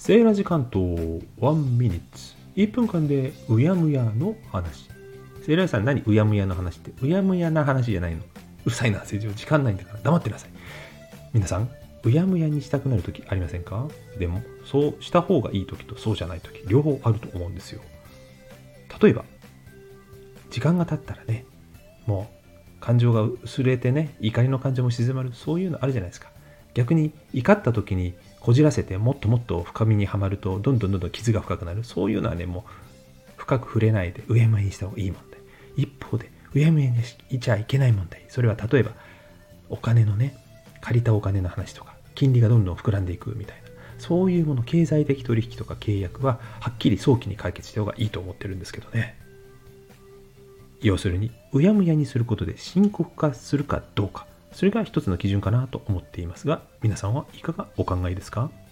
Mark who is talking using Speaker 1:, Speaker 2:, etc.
Speaker 1: セーラジ関東1ミニッツ1分間でうやむやの話。セーラジさん、何うやむやの話って？うやむやな話じゃないの？うるさいな、成長時間ないんだから黙ってなさい。皆さん、うやむやにしたくなるときありませんか？でもそうした方がいいときとそうじゃないとき両方あると思うんですよ。例えば時間が経ったらね、もう感情が薄れてね、怒りの感情も静まる、そういうのあるじゃないですか。逆に怒った時にこじらせてもっともっと深みにはまるとどんどん傷が深くなる。そういうのはね、もう深く触れないでうやむやにした方がいい問題。一方でうやむやにしちゃいけない問題、それは例えばお金のね、借りたお金の話とか金利がどんどん膨らんでいくみたいな、そういうもの、経済的取引とか契約ははっきり早期に解決した方がいいと思ってるんですけどね。要するにうやむやにすることで深刻化するかどうか、それが一つの基準かなと思っていますが、皆さんはいかがお考えですか？